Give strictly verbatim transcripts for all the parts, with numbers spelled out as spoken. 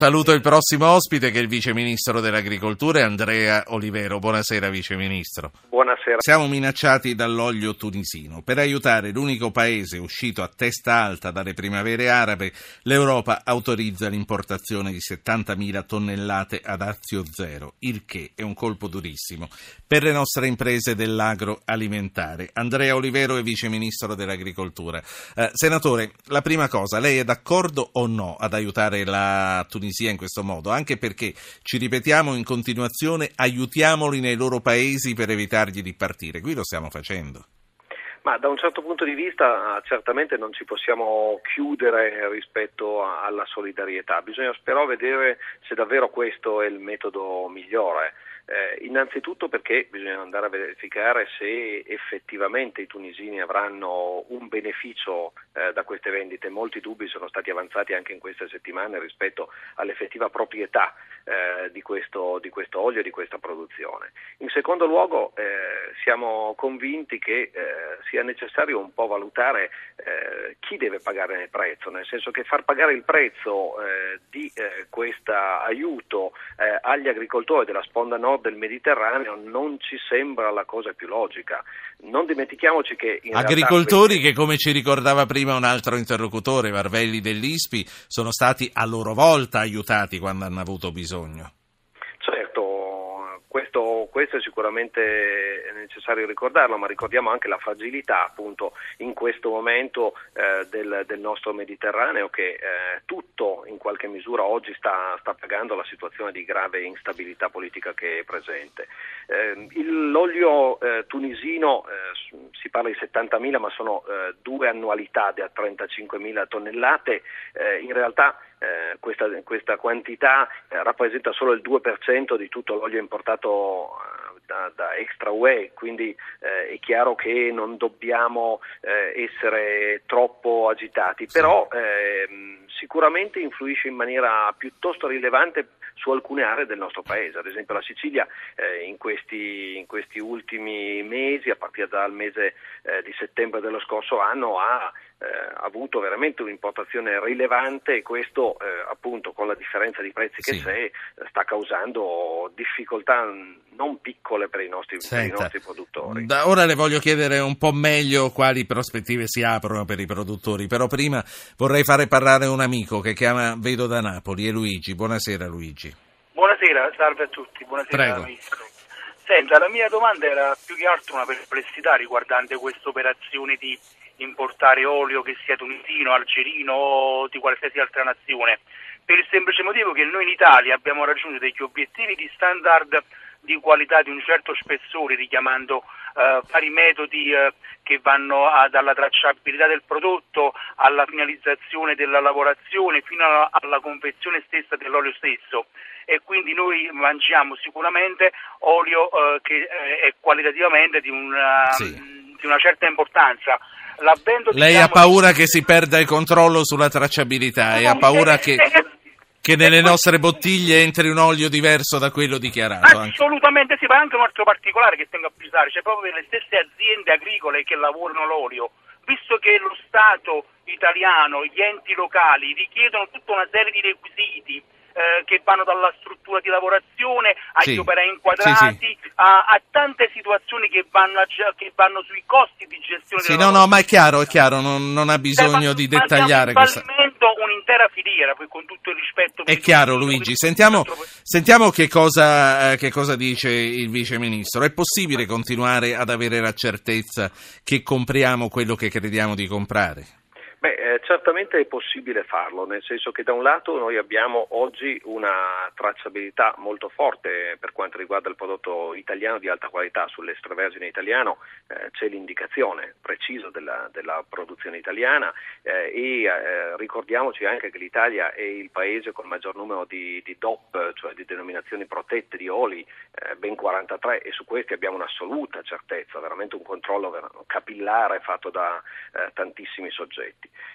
Saluto il prossimo ospite che è il Vice Ministro dell'Agricoltura, Andrea Olivero. Buonasera Vice Ministro. Buonasera. Siamo minacciati dall'olio tunisino. Per aiutare l'unico paese uscito a testa alta dalle primavere arabe, l'Europa autorizza l'importazione di settantamila tonnellate ad azio zero, il che è un colpo durissimo per le nostre imprese dell'agroalimentare. Andrea Olivero è Vice Ministro dell'Agricoltura. Eh, senatore, la prima cosa, lei è d'accordo o no ad aiutare la Tunisia in questo modo? Anche perché, ci ripetiamo in continuazione, aiutiamoli nei loro paesi per evitargli di partire. Qui lo stiamo facendo. Ma da un certo punto di vista certamente non ci possiamo chiudere rispetto a, alla solidarietà, bisogna però vedere se davvero questo è il metodo migliore. Eh, innanzitutto perché bisogna andare a verificare se effettivamente i tunisini avranno un beneficio eh, da queste vendite. Molti dubbi sono stati avanzati anche in queste settimane rispetto all'effettiva proprietà eh, di questo, di questo olio e di questa produzione. In secondo luogo eh, siamo convinti che eh, sia necessario un po' valutare eh, chi deve pagare il prezzo, nel senso che far pagare il prezzo eh, di eh, questo aiuto eh, agli agricoltori della sponda nord del Mediterraneo non ci sembra la cosa più logica. Non dimentichiamoci che in agricoltori realtà... che, come ci ricordava prima un altro interlocutore, Varvelli dell'I S P I, sono stati a loro volta aiutati quando hanno avuto bisogno. Certo, questo, questo è sicuramente necessario ricordarlo, ma ricordiamo anche la fragilità appunto in questo momento eh, del, del nostro Mediterraneo che eh, tutto in qualche misura oggi sta, sta pagando la situazione di grave instabilità politica che è presente. Eh, il, l'olio eh, tunisino eh, si parla di settantamila, ma sono eh, due annualità da trentacinquemila tonnellate, eh, in realtà Eh, questa, questa quantità eh, rappresenta solo il due per cento di tutto l'olio importato eh, da, da extra U E, quindi eh, è chiaro che non dobbiamo eh, essere troppo agitati, sì. Però eh, sicuramente influisce in maniera piuttosto rilevante su alcune aree del nostro paese. Ad esempio la Sicilia eh, in questi in questi ultimi mesi, a partire dal mese eh, di settembre dello scorso anno, ha eh, avuto veramente un'importazione rilevante e questo eh, appunto con la differenza di prezzi che sì. c'è sta causando difficoltà non piccole per i nostri, per i nostri produttori. Da ora le voglio chiedere un po' meglio quali prospettive si aprono per i produttori, però prima vorrei fare parlare un amico che chiama, vedo da Napoli, è Luigi. Buonasera Luigi. Buonasera, salve a tutti, buonasera Ministro. Senta, la mia domanda era più che altro una perplessità riguardante questa operazione di importare olio che sia tunisino, algerino o di qualsiasi altra nazione, per il semplice motivo che noi in Italia abbiamo raggiunto degli obiettivi di standard di qualità di un certo spessore, richiamando eh, vari metodi eh, che vanno a, dalla tracciabilità del prodotto alla finalizzazione della lavorazione fino alla, alla confezione stessa dell'olio stesso, e quindi noi mangiamo sicuramente olio eh, che eh, è qualitativamente di una, sì. di una certa importanza. L'avvento, Lei diciamo, ha paura che si perda il controllo sulla tracciabilità e ha paura che... che nelle nostre bottiglie entri un olio diverso da quello dichiarato. Assolutamente anche. sì, ma anche un altro particolare che tengo a precisare, cioè proprio per le stesse aziende agricole che lavorano l'olio, visto che lo Stato italiano, gli enti locali richiedono tutta una serie di requisiti eh, che vanno dalla struttura di lavorazione agli sì. operai inquadrati, sì, sì. A, a tante situazioni che vanno, a, che vanno sui costi di gestione sì, della no, no, ma è chiaro, è chiaro, non, non ha bisogno eh, di dettagliare questa... un'intera filiera, poi con tutto il rispetto. È chiaro Luigi, sentiamo, sentiamo che cosa, che cosa dice il Vice Ministro. È possibile continuare ad avere la certezza che compriamo quello che crediamo di comprare? Beh, eh, certamente è possibile farlo, nel senso che da un lato noi abbiamo oggi una tracciabilità molto forte per quanto riguarda il prodotto italiano di alta qualità. Sull'extravergine italiano eh, c'è l'indicazione precisa della, della produzione italiana eh, e eh, ricordiamoci anche che l'Italia è il paese con il maggior numero di, di D O P, cioè di denominazioni protette di oli, eh, ben quarantatré, e su questi abbiamo un'assoluta certezza, veramente un controllo capillare fatto da eh, tantissimi soggetti.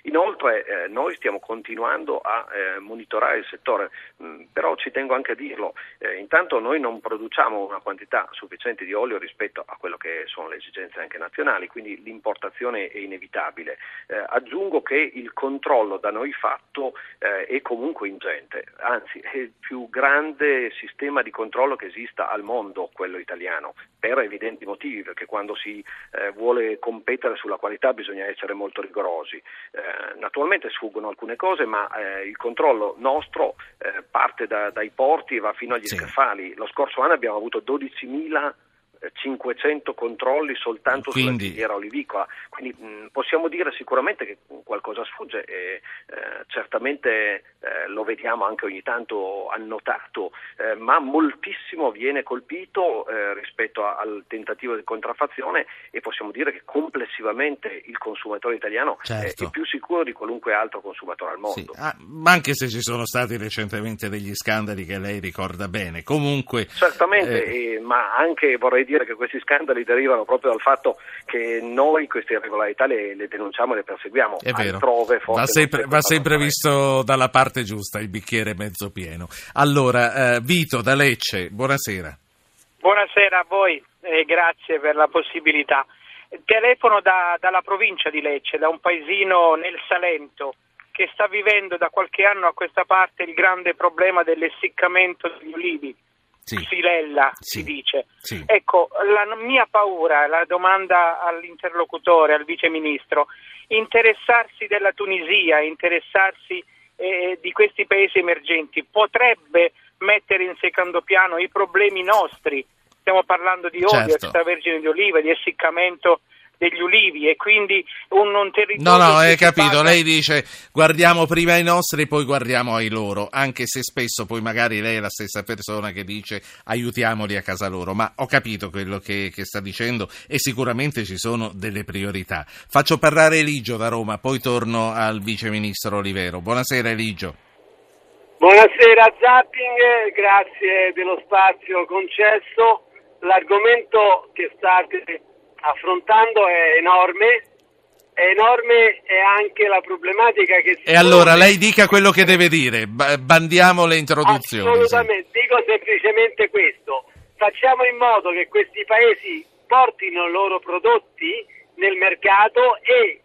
Inoltre eh, noi stiamo continuando a eh, monitorare il settore, mh, però ci tengo anche a dirlo, eh, intanto noi non produciamo una quantità sufficiente di olio rispetto a quello che sono le esigenze anche nazionali, quindi l'importazione è inevitabile. Eh, aggiungo che il controllo da noi fatto eh, è comunque ingente, anzi è il più grande sistema di controllo che esista al mondo, quello italiano, per evidenti motivi, perché quando si eh, vuole competere sulla qualità bisogna essere molto rigorosi. Eh, naturalmente sfuggono alcune cose, ma eh, il controllo nostro eh, parte da, dai porti e va fino agli sì. scaffali. Lo scorso anno abbiamo avuto dodicimila cinquecento controlli soltanto quindi... sulla filiera olivicola, quindi mh, possiamo dire sicuramente che qualcosa sfugge e eh, certamente eh, lo vediamo anche ogni tanto annotato, eh, ma moltissimo viene colpito eh, rispetto a, al tentativo di contraffazione, e possiamo dire che complessivamente il consumatore italiano certo. eh, è più sicuro di qualunque altro consumatore al mondo. Sì. Ah, ma anche se ci sono stati recentemente degli scandali che lei ricorda bene, comunque certamente, eh... eh, ma anche vorrei dire che questi scandali derivano proprio dal fatto che noi queste irregolarità le, le denunciamo e le perseguiamo. È vero, altrove forse va sempre, va sempre visto dalla parte giusta, il bicchiere mezzo pieno. Allora, eh, Vito da Lecce, buonasera. Buonasera a voi e grazie per la possibilità. Telefono da, dalla provincia di Lecce, da un paesino nel Salento che sta vivendo da qualche anno a questa parte il grande problema dell'essiccamento degli ulivi. Sì. Xylella sì. si dice. Sì. Ecco, la mia paura, la domanda all'interlocutore, al vice ministro, interessarsi della Tunisia, interessarsi eh, di questi paesi emergenti potrebbe mettere in secondo piano i problemi nostri. Stiamo parlando di olio, certo. extravergine di oliva, di essiccamento degli ulivi, e quindi un, un territorio... No, no, hai capito, basa... lei dice guardiamo prima ai nostri e poi guardiamo ai loro, anche se spesso poi magari lei è la stessa persona che dice aiutiamoli a casa loro, ma ho capito quello che, che sta dicendo e sicuramente ci sono delle priorità. Faccio parlare Eligio da Roma, poi torno al vice ministro Olivero. Buonasera Eligio. Buonasera Zapping, grazie dello spazio concesso. L'argomento che state affrontando è enorme, è enorme e anche la problematica che si E allora lei dica quello che deve dire, bandiamo le introduzioni. Assolutamente, sì. Dico semplicemente questo: facciamo in modo che questi paesi portino i loro prodotti nel mercato e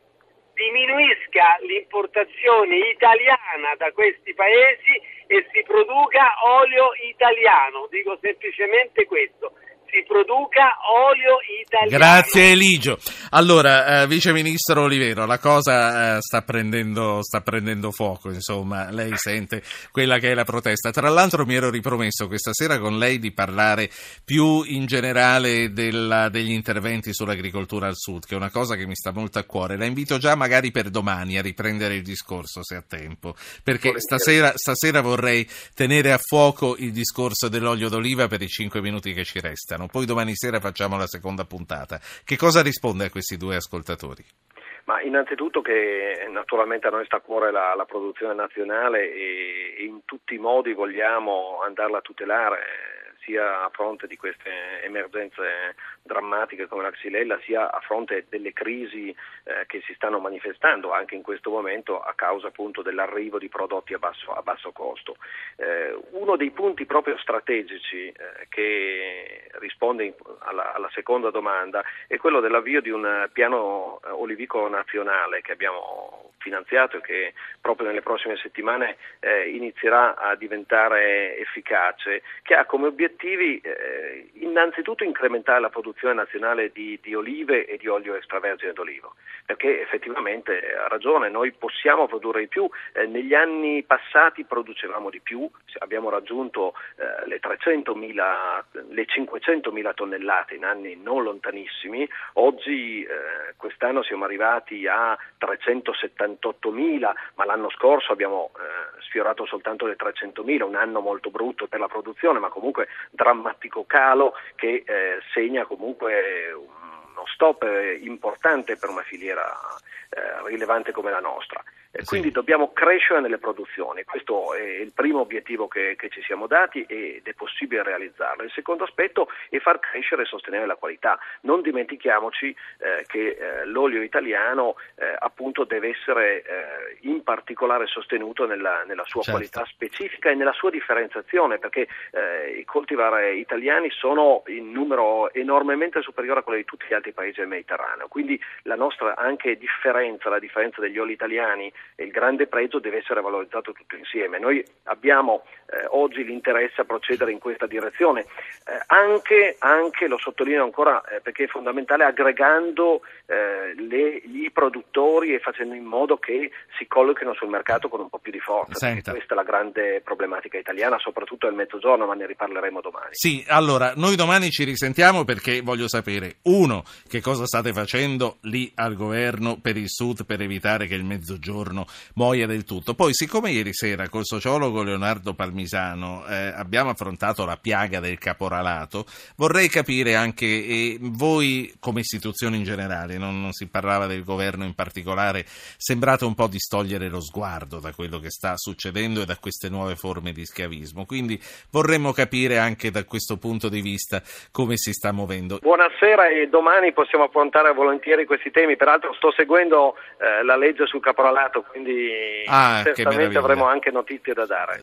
diminuisca l'importazione italiana da questi paesi e si produca olio italiano. Dico semplicemente questo: si produca olio italiano. Grazie Eligio. Allora, eh, vice ministro Olivero, la cosa eh, sta prendendo sta prendendo fuoco, insomma, lei sente quella che è la protesta. Tra l'altro mi ero ripromesso questa sera con lei di parlare più in generale della, degli interventi sull'agricoltura al sud, che è una cosa che mi sta molto a cuore. La invito già magari per domani a riprendere il discorso, se ha tempo, perché stasera, stasera vorrei tenere a fuoco il discorso dell'olio d'oliva per i cinque minuti che ci restano. Poi domani sera facciamo la seconda puntata. Che cosa risponde a questi due ascoltatori? Ma innanzitutto che naturalmente a noi sta a cuore la, la produzione nazionale e, e in tutti i modi vogliamo andarla a tutelare, sia a fronte di queste emergenze drammatiche come la Xylella, sia a fronte delle crisi eh, che si stanno manifestando anche in questo momento a causa appunto dell'arrivo di prodotti a basso, a basso costo. Eh, uno dei punti proprio strategici eh, che risponde in, alla, alla seconda domanda è quello dell'avvio di un piano olivicolo nazionale che abbiamo finanziato e che proprio nelle prossime settimane eh, inizierà a diventare efficace, che ha come obiettivi eh, innanzitutto incrementare la produzione nazionale di, di olive e di olio extravergine d'olivo, perché effettivamente ha ragione, noi possiamo produrre di più. Eh, negli anni passati producevamo di più, abbiamo raggiunto eh, le trecentomila, le cinquecentomila tonnellate in anni non lontanissimi. Oggi eh, quest'anno siamo arrivati a trecentosettantottomila, ma l'anno scorso abbiamo eh, sfiorato soltanto le trecentomila, un anno molto brutto per la produzione, ma comunque drammatico calo che eh, segna comunque uno stop importante per una filiera eh, rilevante come la nostra. Eh, quindi sì. Dobbiamo crescere nelle produzioni, questo è il primo obiettivo che, che ci siamo dati ed è possibile realizzarlo. Il secondo aspetto è far crescere e sostenere la qualità. Non dimentichiamoci eh, che eh, l'olio italiano eh, appunto deve essere eh, in particolare sostenuto nella, nella sua certo. qualità specifica e nella sua differenziazione, perché eh, i coltivar italiani sono in numero enormemente superiore a quello di tutti gli altri paesi del Mediterraneo, quindi la nostra anche differenza, la differenza degli oli italiani e il grande pregio deve essere valorizzato tutto insieme. Noi abbiamo eh, oggi l'interesse a procedere in questa direzione, eh, anche, anche, lo sottolineo ancora eh, perché è fondamentale, aggregando eh, le, i produttori e facendo in modo che si collochino sul mercato con un po' più di forza. Questa è la grande problematica italiana, soprattutto nel mezzogiorno, ma ne riparleremo domani. Sì, allora, noi domani ci risentiamo perché voglio sapere, uno, che cosa state facendo lì al governo per il Sud per evitare che il mezzogiorno muoia del tutto. Poi, siccome ieri sera col sociologo Leonardo Palmisano eh, abbiamo affrontato la piaga del caporalato, vorrei capire anche eh, voi come istituzioni in generale, non, non si parlava del governo in particolare, sembrate un po' distogliere lo sguardo da quello che sta succedendo e da queste nuove forme di schiavismo, quindi vorremmo capire anche da questo punto di vista come si sta muovendo. Buonasera, e domani possiamo affrontare volentieri questi temi, peraltro sto seguendo eh, la legge sul caporalato, quindi ah, certamente avremo anche notizie da dare.